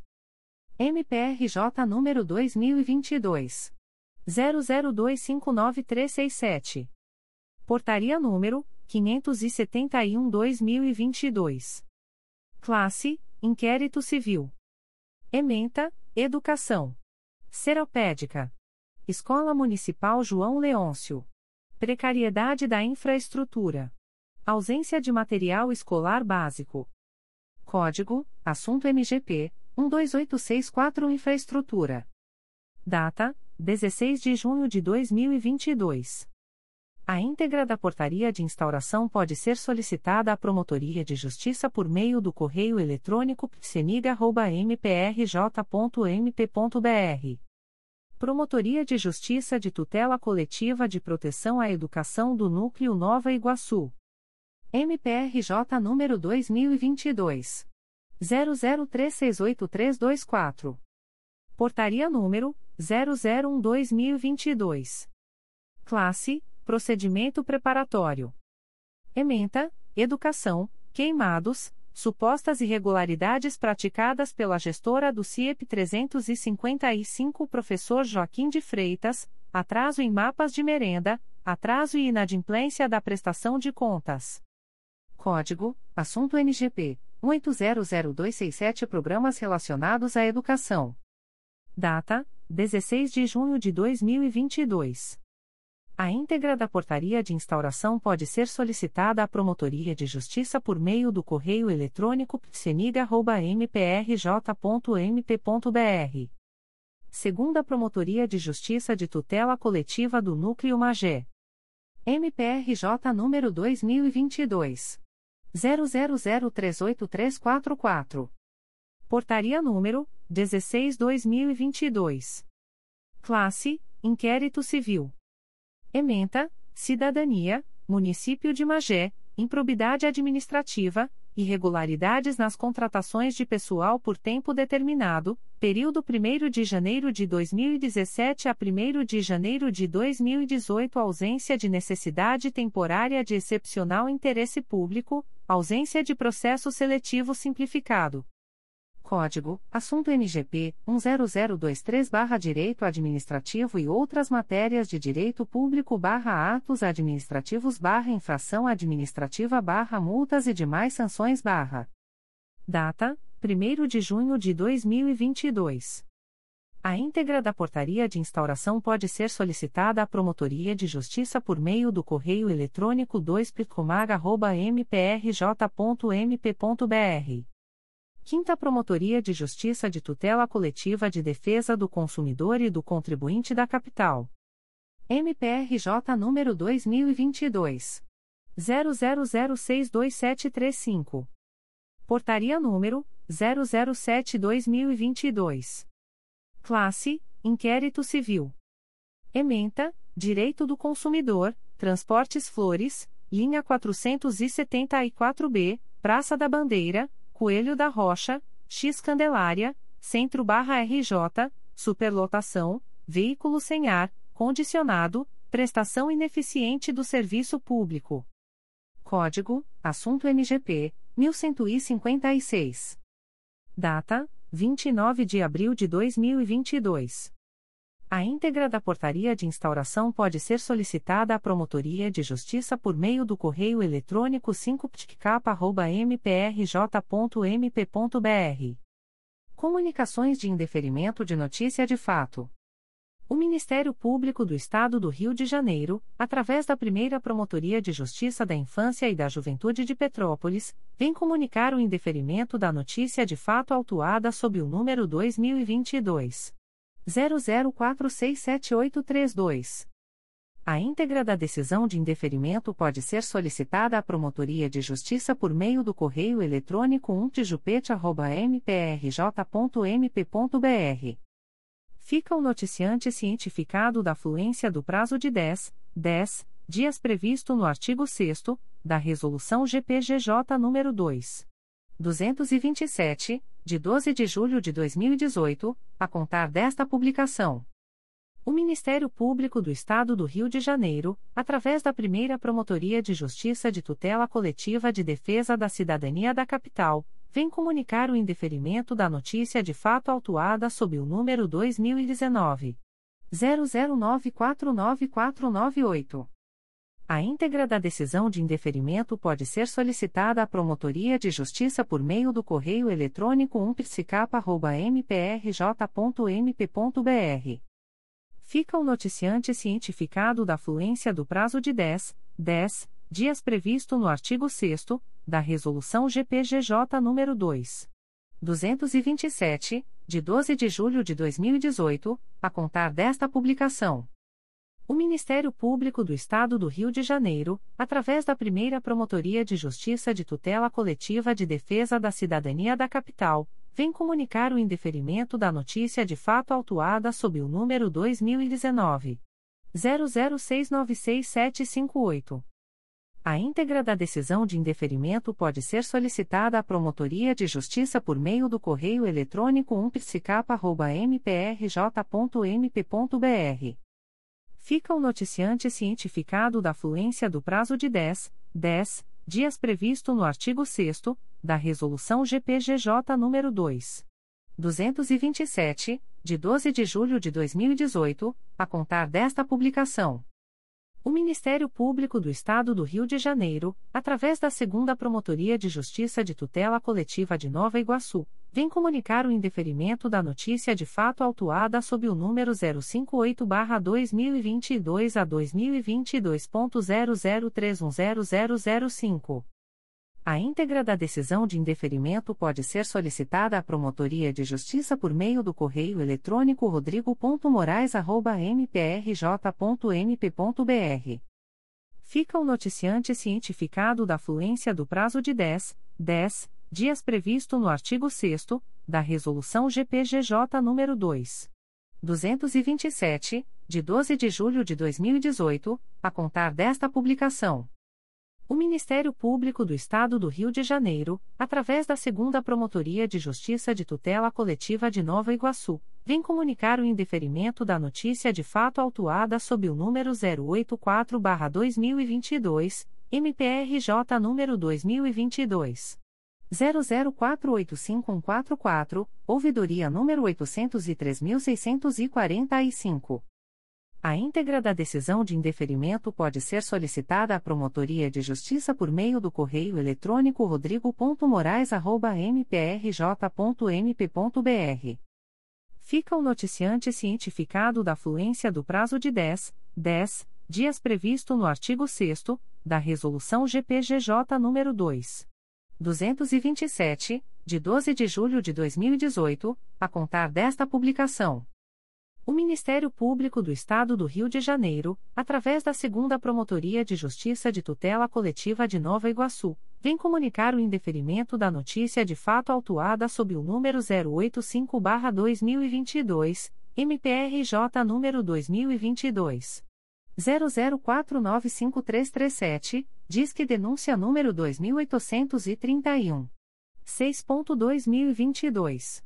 M P R J número dois mil e vinte e dois. zero zero dois cinco nove três seis sete. Portaria número quinhentos e setenta e um barra dois mil e vinte e dois. Classe: Inquérito Civil. Ementa: Educação. Seropédica. Escola Municipal João Leôncio. Precariedade da infraestrutura. Ausência de material escolar básico. Código: Assunto M G P um dois oito seis quatro Infraestrutura. Data: dezesseis de junho de dois mil e vinte e dois. A íntegra da portaria de instauração pode ser solicitada à Promotoria de Justiça por meio do correio eletrônico psenig arroba m p r j ponto m p ponto b r. Promotoria de Justiça de Tutela Coletiva de Proteção à Educação do Núcleo Nova Iguaçu. M P R J número dois mil e vinte e dois. zero zero três seis oito três dois quatro. Portaria número zero zero um barra dois mil e vinte e dois. Classe: Procedimento Preparatório. Ementa: Educação, Queimados, supostas irregularidades praticadas pela gestora do C I E P trezentos e cinquenta e cinco Professor Joaquim de Freitas, atraso em mapas de merenda, atraso e inadimplência da prestação de contas. Código: Assunto N G P um oito zero zero dois seis sete Programas relacionados à educação. Data: dezesseis de junho de dois mil e vinte e dois. A íntegra da portaria de instauração pode ser solicitada à Promotoria de Justiça por meio do correio eletrônico psenig arroba m p r j ponto m p ponto b r. Segunda Promotoria de Justiça de Tutela Coletiva do Núcleo Magé. M P R J número dois mil e vinte e dois. zero zero zero três oito três quatro quatro. Portaria número dezesseis barra dois mil e vinte e dois. Classe: Inquérito Civil. Ementa: Cidadania, Município de Magé, improbidade administrativa, irregularidades nas contratações de pessoal por tempo determinado, período primeiro de janeiro de dois mil e dezessete a primeiro de janeiro de dois mil e dezoito, ausência de necessidade temporária de excepcional interesse público, ausência de processo seletivo simplificado. Código: Assunto M G P um zero zero dois três barra Direito Administrativo e outras matérias de Direito Público barra Atos Administrativos barra Infração Administrativa barra Multas e demais sanções barra. Data: primeiro de junho de dois mil e vinte e dois. A íntegra da portaria de instauração pode ser solicitada à Promotoria de Justiça por meio do correio eletrônico dois pitcomag arroba m p r j ponto m p ponto b r. Quinta Promotoria de Justiça de Tutela Coletiva de Defesa do Consumidor e do Contribuinte da Capital. M P R J número dois mil e vinte e dois. zero zero zero seis dois sete três cinco. Portaria número zero zero sete barra dois mil e vinte e dois. Classe: Inquérito Civil. Ementa: Direito do Consumidor, Transportes Flores, linha quatrocentos e setenta e quatro B, Praça da Bandeira, Coelho da Rocha, X Candelária, Centro-R J, superlotação, veículo sem ar, condicionado, prestação ineficiente do serviço público. Código: Assunto M G P mil cento e cinquenta e seis. Data: vinte e nove de abril de dois mil e vinte e dois. A íntegra da portaria de instauração pode ser solicitada à Promotoria de Justiça por meio do correio eletrônico cinco p t c a p arroba m p r j ponto m p ponto b r. Comunicações de indeferimento de notícia de fato. O Ministério Público do Estado do Rio de Janeiro, através da Primeira Promotoria de Justiça da Infância e da Juventude de Petrópolis, vem comunicar o indeferimento da notícia de fato autuada sob o número dois mil e vinte e dois. zero zero quatro seis sete oito três dois. A íntegra da decisão de indeferimento pode ser solicitada à Promotoria de Justiça por meio do correio eletrônico um tijupete arroba m p r j ponto m p ponto b r. Fica o noticiante cientificado da fluência do prazo de dez, dez dias previsto no artigo sexto da Resolução G P G J nº dois mil duzentos e vinte e sete, de doze de julho de dois mil e dezoito, a contar desta publicação. O Ministério Público do Estado do Rio de Janeiro, através da Primeira Promotoria de Justiça de Tutela Coletiva de Defesa da Cidadania da Capital, vem comunicar o indeferimento da notícia de fato autuada sob o número dois mil e dezenove. zero zero nove quatro nove quatro nove oito. A íntegra da decisão de indeferimento pode ser solicitada à Promotoria de Justiça por meio do correio eletrônico um psicap arroba m p r j ponto m p ponto b r. Fica o noticiante cientificado da fluência do prazo de dez, dez dias previsto no artigo sexto da Resolução G P G J nº dois mil duzentos e vinte e sete, de doze de julho de dois mil e dezoito, a contar desta publicação. O Ministério Público do Estado do Rio de Janeiro, através da Primeira Promotoria de Justiça de Tutela Coletiva de Defesa da Cidadania da Capital, vem comunicar o indeferimento da notícia de fato autuada sob o número dois mil e dezenove. zero zero seis nove seis sete cinco oito. A íntegra da decisão de indeferimento pode ser solicitada à Promotoria de Justiça por meio do correio eletrônico um psicap arroba m p r j ponto m p ponto b r. Fica o noticiante cientificado da fluência do prazo de dez, dez dias previsto no artigo sexto da Resolução G P G J nº dois mil duzentos e vinte e sete, de doze de julho de dois mil e dezoito, a contar desta publicação. O Ministério Público do Estado do Rio de Janeiro, através da Segunda Promotoria de Justiça de Tutela Coletiva de Nova Iguaçu, vem comunicar o indeferimento da notícia de fato autuada sob o número zero cinco oito barra dois mil e vinte e dois a dois mil e vinte e dois ponto zero zero três um zero zero zero cinco. A íntegra da decisão de indeferimento pode ser solicitada à Promotoria de Justiça por meio do correio eletrônico rodrigo ponto moraes arroba m p r j ponto m p ponto b r. Fica o noticiante cientificado da fluência do prazo de dez, dez dias previsto no artigo sexto da Resolução G P G J nº dois mil duzentos e vinte e sete, de doze de julho de dois mil e dezoito, a contar desta publicação. O Ministério Público do Estado do Rio de Janeiro, através da Segunda Promotoria de Justiça de Tutela Coletiva de Nova Iguaçu, vem comunicar o indeferimento da notícia de fato autuada sob o número zero oito quatro barra dois mil e vinte e dois, M P R J número dois mil e vinte e dois. zero zero quatro oito cinco um quatro quatro, ouvidoria número oitocentos e três mil seiscentos e quarenta e cinco. A íntegra da decisão de indeferimento pode ser solicitada à Promotoria de Justiça por meio do correio eletrônico rodrigo ponto moraes arroba m p r j ponto m p ponto b r. Fica o noticiante cientificado da fluência do prazo de dez, dez dias previsto no artigo sexto da Resolução G P G J nº dois mil duzentos e vinte e sete, de doze de julho de dois mil e dezoito, a contar desta publicação. O Ministério Público do Estado do Rio de Janeiro, através da segunda Promotoria de Justiça de Tutela Coletiva de Nova Iguaçu, vem comunicar o indeferimento da notícia de fato autuada sob o número zero oito cinco barra dois mil e vinte e dois, M P R J número dois mil e vinte e dois. zero zero quatro nove cinco três três sete, Disque denúncia número dois mil oitocentos e trinta e um. seis ponto dois mil e vinte e dois.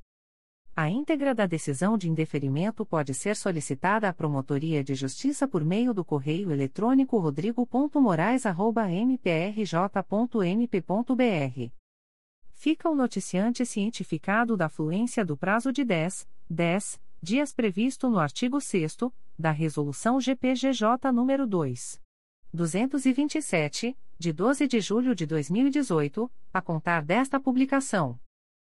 A íntegra da decisão de indeferimento pode ser solicitada à Promotoria de Justiça por meio do correio eletrônico rodrigo ponto moraes arroba m p r j ponto m p ponto b r. Fica o noticiante cientificado da fluência do prazo de dez, dez dias previsto no artigo sexto da Resolução G P G J nº dois mil duzentos e vinte e sete, de doze de julho de dois mil e dezoito, a contar desta publicação.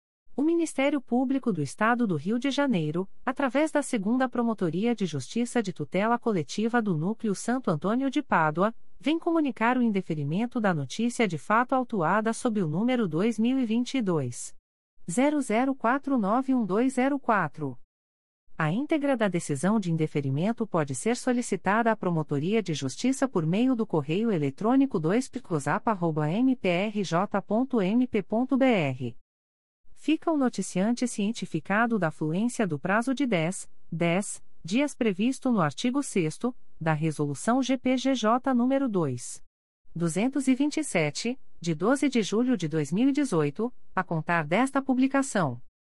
O Ministério Público do Estado do Rio de Janeiro, através da segunda Promotoria de Justiça de Tutela Coletiva do Núcleo Santo Antônio de Pádua, vem comunicar o indeferimento da notícia de fato autuada sob o número dois mil e vinte e dois. zero zero quatro nove um dois zero quatro. A íntegra da decisão de indeferimento pode ser solicitada à Promotoria de Justiça por meio do correio eletrônico dois picosap arroba m p r j ponto m p ponto b r. Fica o noticiante cientificado da fluência do prazo de dez, dez dias previsto no artigo sexto da Resolução G P G J nº dois mil duzentos e vinte e sete, de doze de julho de dois mil e dezoito, a contar desta publicação.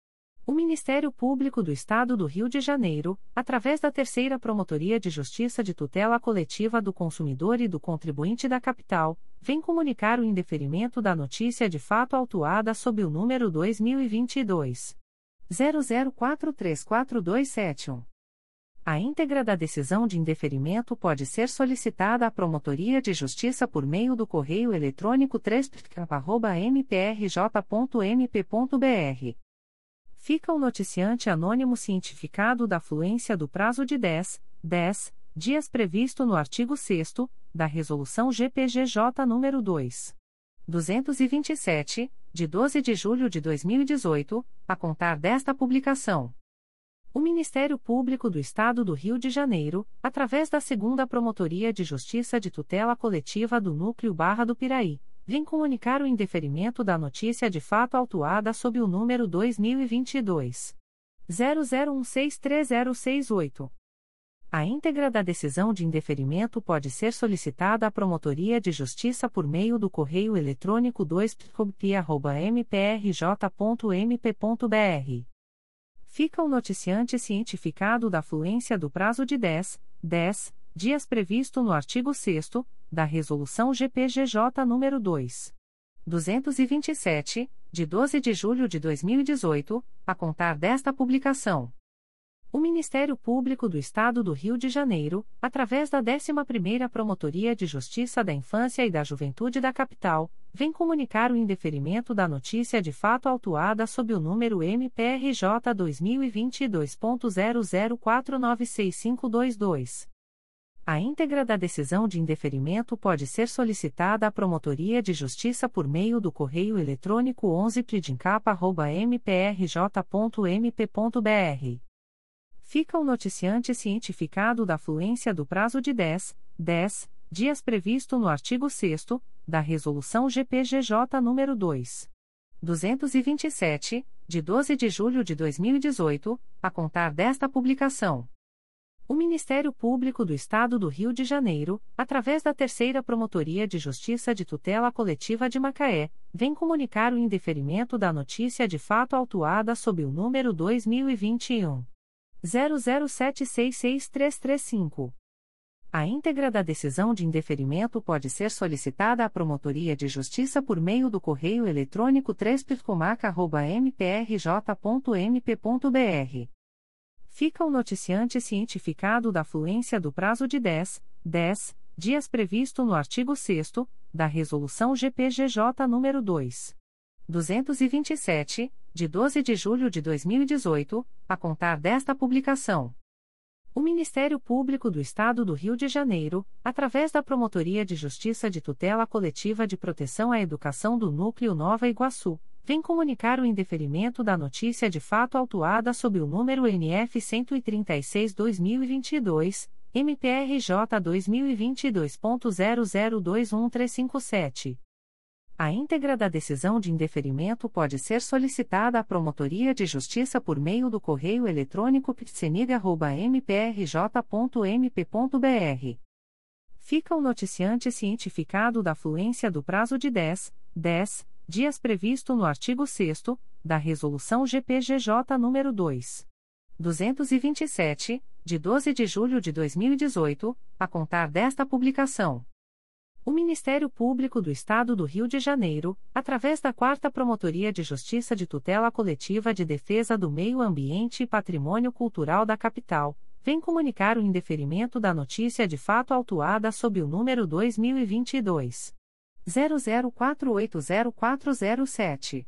O Ministério Público do Estado do Rio de Janeiro, através da Terceira Promotoria de Justiça de Tutela Coletiva do Consumidor e do Contribuinte da Capital, vem comunicar o indeferimento da notícia de fato autuada sob o número dois mil e vinte e dois. zero zero quatro três quatro dois sete um. A íntegra da decisão de indeferimento pode ser solicitada à Promotoria de Justiça por meio do correio eletrônico três p c a p arroba m p r j ponto m p ponto b r. Fica o noticiante anônimo cientificado da fluência do prazo de dez, dez dias previsto no artigo sexto da Resolução G P G J nº dois mil duzentos e vinte e sete, de doze de julho de dois mil e dezoito, a contar desta publicação. O Ministério Público do Estado do Rio de Janeiro, através da segunda Promotoria de Justiça de Tutela Coletiva do Núcleo Barra do Piraí, vem comunicar o indeferimento da notícia de fato autuada sob o número dois mil e vinte e dois. zero zero um seis três zero seis oito. A íntegra da decisão de indeferimento pode ser solicitada à Promotoria de Justiça por meio do correio eletrônico dois p c o b p arroba m p r j ponto m p ponto b r. Fica o noticiante cientificado da fluência do prazo de dez, dez dias previsto no artigo sexto da Resolução G P G J nº dois mil duzentos e vinte e sete, de doze de julho de dois mil e dezoito, a contar desta publicação. O Ministério Público do Estado do Rio de Janeiro, através da décima primeira Promotoria de Justiça da Infância e da Juventude da Capital, vem comunicar o indeferimento da notícia de fato autuada sob o número M P R J dois mil e vinte e dois ponto zero zero quatro nove seis cinco dois dois. A íntegra da decisão de indeferimento pode ser solicitada à Promotoria de Justiça por meio do correio eletrônico onze pridincapa arroba m p r j ponto m p ponto b r. Fica o noticiante cientificado da fluência do prazo de dez, dez dias previsto no artigo sexto da Resolução G P G J nº dois mil duzentos e vinte e sete, de doze de julho de dois mil e dezoito, a contar desta publicação. O Ministério Público do Estado do Rio de Janeiro, através da Terceira Promotoria de Justiça de Tutela Coletiva de Macaé, vem comunicar o indeferimento da notícia de fato autuada sob o número dois mil e vinte e um. zero zero sete seis seis três três cinco. A íntegra da decisão de indeferimento pode ser solicitada à Promotoria de Justiça por meio do correio eletrônico três pitcomac arroba m p r j ponto m p ponto b r. Fica o noticiante cientificado da fluência do prazo de dez, dez dias previsto no artigo sexto da Resolução G P G J nº dois mil duzentos e vinte e sete, de doze de julho de dois mil e dezoito, a contar desta publicação. O Ministério Público do Estado do Rio de Janeiro, através da Promotoria de Justiça de Tutela Coletiva de Proteção à Educação do Núcleo Nova Iguaçu, vem comunicar o indeferimento da notícia de fato autuada sob o número N F cento e trinta e seis barra dois mil e vinte e dois, M P R J dois mil e vinte e dois ponto zero zero dois um três cinco sete. A íntegra da decisão de indeferimento pode ser solicitada à Promotoria de Justiça por meio do correio eletrônico pitsenig arroba m p r j ponto m p ponto b r. Fica o noticiante cientificado da fluência do prazo de dez, dez dias previsto no artigo sexto da Resolução G P G J nº dois mil duzentos e vinte e sete, de doze de julho de dois mil e dezoito, a contar desta publicação. O Ministério Público do Estado do Rio de Janeiro, através da quarta Promotoria de Justiça de Tutela Coletiva de Defesa do Meio Ambiente e Patrimônio Cultural da Capital, vem comunicar o indeferimento da notícia de fato autuada sob o número dois mil e vinte e dois ponto zero zero quatro oito zero quatro zero sete.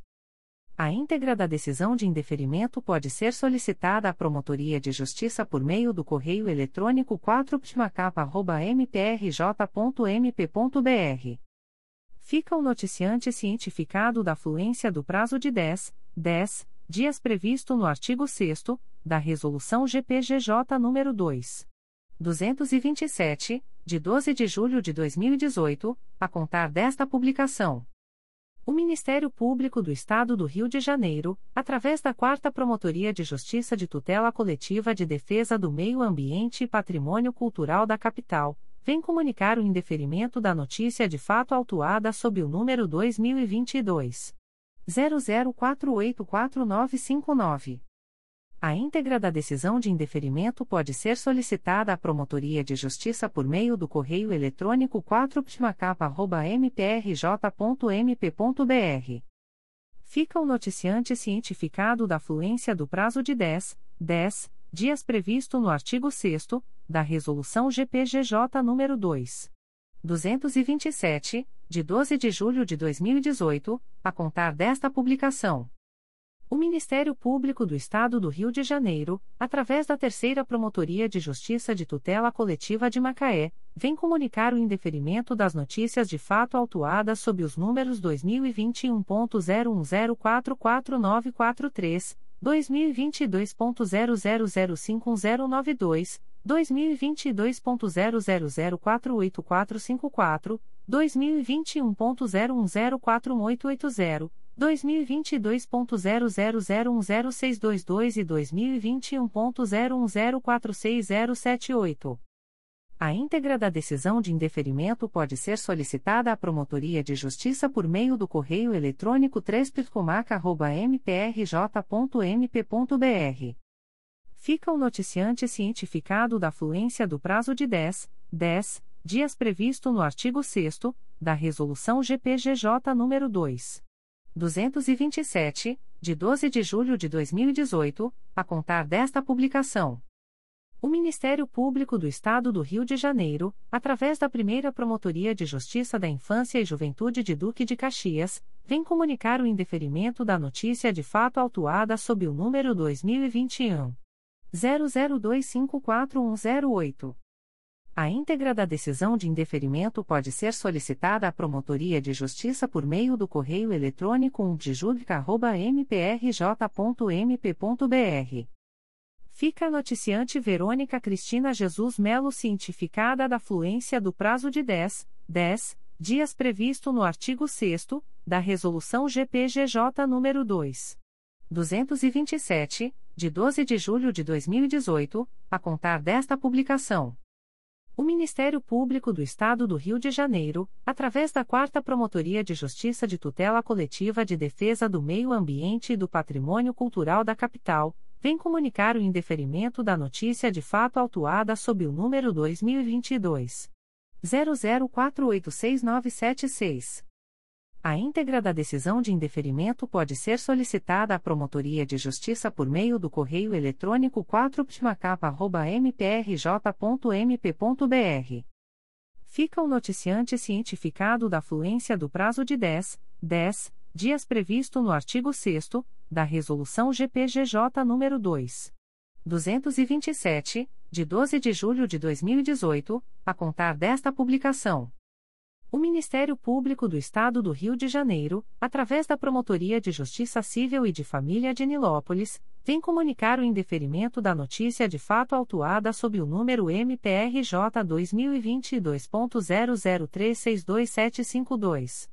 A íntegra da decisão de indeferimento pode ser solicitada à Promotoria de Justiça por meio do correio eletrônico quatro pitmacap arroba m p r j ponto m p ponto b r. Fica o noticiante cientificado da fluência do prazo de dez, dez dias previsto no artigo sexto da Resolução G P G J nº dois mil duzentos e vinte e sete, de doze de julho de dois mil e dezoito, a contar desta publicação. O Ministério Público do Estado do Rio de Janeiro, através da quarta Promotoria de Justiça de Tutela Coletiva de Defesa do Meio Ambiente e Patrimônio Cultural da Capital, vem comunicar o indeferimento da notícia de fato autuada sob o número dois mil e vinte e dois ponto zero zero quatro oito quatro nove cinco nove. A íntegra da decisão de indeferimento pode ser solicitada à Promotoria de Justiça por meio do correio eletrônico quatro pitmacap arroba m p r j ponto m p ponto b r. Fica o noticiante cientificado da fluência do prazo de dez, dez dias previsto no artigo sexto da Resolução G P G J nº dois mil duzentos e vinte e sete, de doze de julho de dois mil e dezoito, a contar desta publicação. O Ministério Público do Estado do Rio de Janeiro, através da Terceira Promotoria de Justiça de Tutela Coletiva de Macaé, vem comunicar o indeferimento das notícias de fato autuadas sob os números dois mil e vinte e um ponto zero um zero quatro quatro nove quatro três, dois mil e vinte e dois ponto zero zero zero cinco um zero nove dois, dois mil e vinte e dois ponto zero zero zero quatro oito quatro cinco quatro, dois mil e vinte e um ponto zero um zero quatro um oito oito zero, dois mil e vinte e dois ponto zero zero zero um zero seis dois dois e dois mil e vinte e um ponto zero um zero quatro seis zero sete oito. A íntegra da decisão de indeferimento pode ser solicitada à Promotoria de Justiça por meio do correio eletrônico três pitcomac arroba m p r j ponto m p ponto b r. Fica o noticiante cientificado da fluência do prazo de dez, dez dias previsto no artigo sexto da Resolução G P G J nº dois mil duzentos e vinte e sete, de doze de julho de dois mil e dezoito, a contar desta publicação. O Ministério Público do Estado do Rio de Janeiro, através da primeira Promotoria de Justiça da Infância e Juventude de Duque de Caxias, vem comunicar o indeferimento da notícia de fato autuada sob o número dois mil e vinte e um ponto zero zero dois cinco quatro um zero oito. A íntegra da decisão de indeferimento pode ser solicitada à Promotoria de Justiça por meio do correio eletrônico umdjudca arroba m p r j ponto m p ponto b r. Fica a noticiante Verônica Cristina Jesus Melo cientificada da fluência do prazo de dez, dez dias previsto no artigo sexto da Resolução G P G J nº dois mil duzentos e vinte e sete, de doze de julho de dois mil e dezoito, a contar desta publicação. O Ministério Público do Estado do Rio de Janeiro, através da quarta Promotoria de Justiça de Tutela Coletiva de Defesa do Meio Ambiente e do Patrimônio Cultural da Capital, vem comunicar o indeferimento da notícia de fato autuada sob o número dois mil e vinte e dois zero zero quatro oito seis nove sete seis. A íntegra da decisão de indeferimento pode ser solicitada à Promotoria de Justiça por meio do correio eletrônico quatro p t m a c a p arroba m p r j ponto m p ponto b r. Fica o noticiante cientificado da fluência do prazo de dez, dez dias previsto no artigo sexto da Resolução G P G J nº dois mil duzentos e vinte e sete, de doze de julho de dois mil e dezoito, a contar desta publicação. O Ministério Público do Estado do Rio de Janeiro, através da Promotoria de Justiça Civil e de Família de Nilópolis, vem comunicar o indeferimento da notícia de fato autuada sob o número M P R J dois mil e vinte e dois ponto zero zero três seis dois sete cinco dois.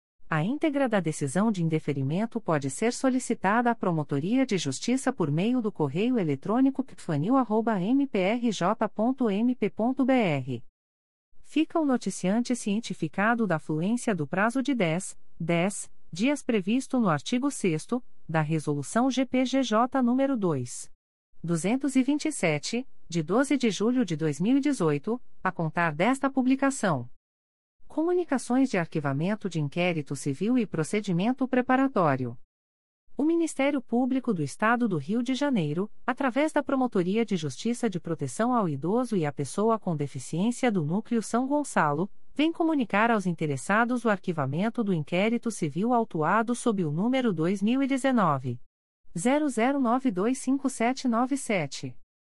A íntegra da decisão de indeferimento pode ser solicitada à Promotoria de Justiça por meio do correio eletrônico p f a n i l arroba m p r j ponto m p ponto b r. Fica o noticiante cientificado da fluência do prazo de dez, dez dias previsto no artigo sexto da Resolução G P G J nº dois mil duzentos e vinte e sete, de doze de julho de dois mil e dezoito, a contar desta publicação. Comunicações de arquivamento de inquérito civil e procedimento preparatório. O Ministério Público do Estado do Rio de Janeiro, através da Promotoria de Justiça de Proteção ao Idoso e à Pessoa com Deficiência do Núcleo São Gonçalo, vem comunicar aos interessados o arquivamento do inquérito civil autuado sob o número dois mil e dezenove. zero zero nove dois cinco sete nove sete.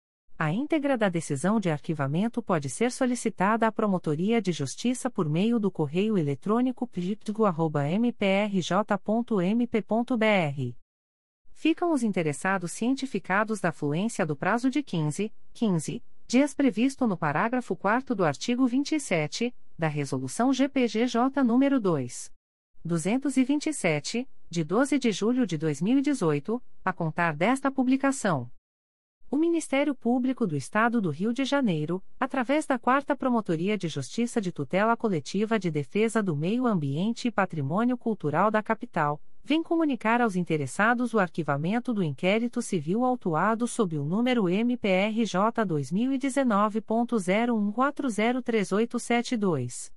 A íntegra da decisão de arquivamento pode ser solicitada à Promotoria de Justiça por meio do correio eletrônico p g p t g o arroba m p r j ponto m p ponto b r. Ficam os interessados cientificados da fluência do prazo de quinze, quinze dias previsto no parágrafo quarto do artigo vinte e sete da Resolução G P G J nº dois mil duzentos e vinte e sete, de doze de julho de dois mil e dezoito, a contar desta publicação. O Ministério Público do Estado do Rio de Janeiro, através da quarta Promotoria de Justiça de Tutela Coletiva de Defesa do Meio Ambiente e Patrimônio Cultural da Capital, vem comunicar aos interessados o arquivamento do inquérito civil autuado sob o número M P R J dois mil e dezenove ponto zero um quatro zero três oito sete dois.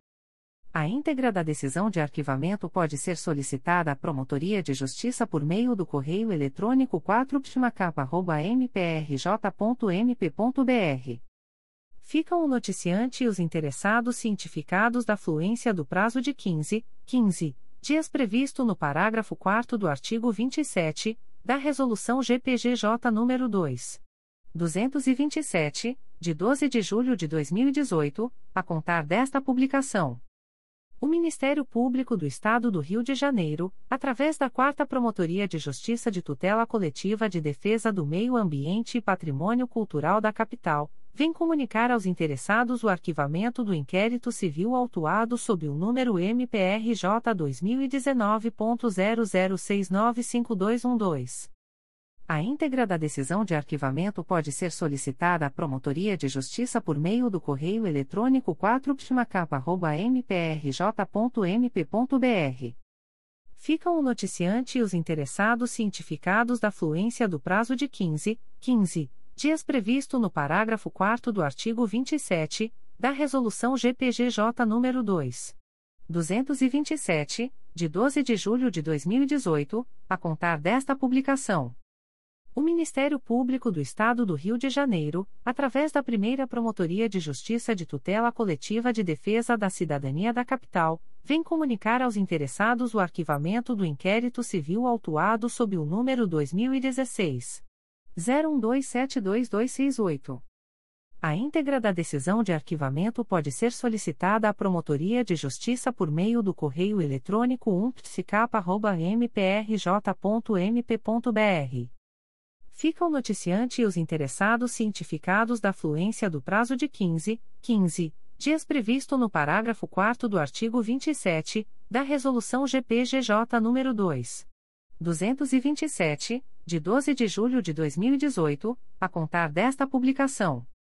A íntegra da decisão de arquivamento pode ser solicitada à Promotoria de Justiça por meio do correio eletrônico quatro p t m a c a p arroba m p r j ponto m p ponto b r. Ficam o noticiante e os interessados cientificados da fluência do prazo de quinze, quinze dias previsto no parágrafo quarto do artigo vinte e sete da Resolução G P G J nº dois mil duzentos e vinte e sete, de doze de julho de dois mil e dezoito, a contar desta publicação. O Ministério Público do Estado do Rio de Janeiro, através da quarta Promotoria de Justiça de Tutela Coletiva de Defesa do Meio Ambiente e Patrimônio Cultural da Capital, vem comunicar aos interessados o arquivamento do inquérito civil autuado sob o número M P R J dois mil e dezenove ponto zero zero seis nove cinco dois um dois. A íntegra da decisão de arquivamento pode ser solicitada à Promotoria de Justiça por meio do correio eletrônico quatro p t m a c a p arroba m p r j ponto m p ponto b r. Ficam o noticiante e os interessados cientificados da fluência do prazo de quinze, quinze dias previsto no parágrafo quarto do artigo vinte e sete da Resolução G P G J nº dois mil duzentos e vinte e sete, de doze de julho de dois mil e dezoito, a contar desta publicação. O Ministério Público do Estado do Rio de Janeiro, através da primeira Promotoria de Justiça de Tutela Coletiva de Defesa da Cidadania da Capital, vem comunicar aos interessados o arquivamento do inquérito civil autuado sob o número dois mil e dezesseis zero um dois sete dois dois seis oito. A íntegra da decisão de arquivamento pode ser solicitada à Promotoria de Justiça por meio do correio eletrônico um p t c a p arroba m p r j ponto m p ponto b r. Fica o noticiante e os interessados cientificados da fluência do prazo de quinze, quinze dias previsto no parágrafo quarto do artigo vinte e sete da Resolução G P G J nº dois mil duzentos e vinte e sete, de doze de julho de dois mil e dezoito, a contar desta publicação.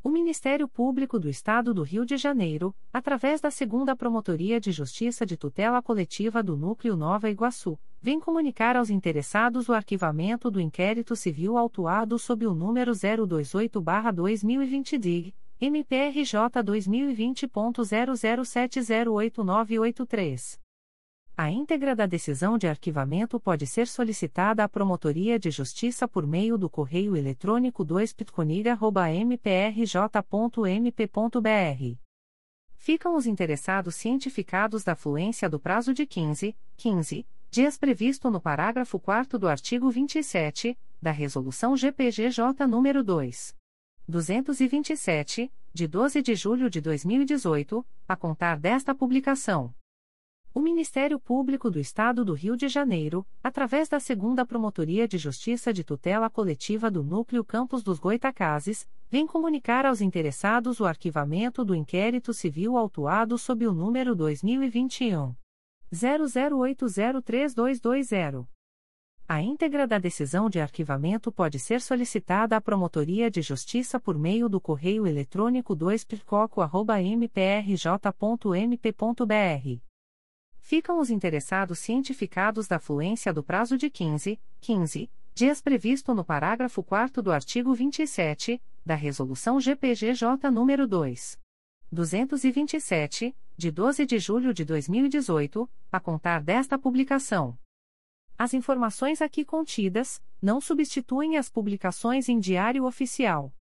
O Ministério Público do Estado do Rio de Janeiro, através da segunda Promotoria de Justiça de Tutela Coletiva do Núcleo Nova Iguaçu, vem comunicar aos interessados o arquivamento do inquérito civil autuado sob o número zero vinte e oito barra dois mil e vinte D I G, M P R J dois mil e vinte ponto zero zero sete zero oito nove oito três. A íntegra da decisão de arquivamento pode ser solicitada à Promotoria de Justiça por meio do correio eletrônico dois pitconig arroba m p r j ponto m p ponto b r. Ficam os interessados cientificados da fluência do prazo de quinze, quinze dias previsto no parágrafo quarto do artigo vinte e sete, da Resolução G P G J nº dois mil duzentos e vinte e sete, de doze de julho de dois mil e dezoito, a contar desta publicação. O Ministério Público do Estado do Rio de Janeiro, através da segunda Promotoria de Justiça de Tutela Coletiva do Núcleo Campos dos Goytacazes, vem comunicar aos interessados o arquivamento do inquérito civil autuado sob o número dois mil e vinte e um zero zero oito zero três dois dois zero. A íntegra da decisão de arquivamento pode ser solicitada à Promotoria de Justiça por meio do correio eletrônico dois pitcoco arroba m p r j ponto m p ponto b r. Ficam os interessados cientificados da fluência do prazo de quinze, quinze dias previsto no parágrafo quarto do artigo vinte e sete, da Resolução G P G J nº dois mil duzentos e vinte e sete, de doze de julho de dois mil e dezoito, a contar desta publicação. As informações aqui contidas não substituem as publicações em Diário Oficial.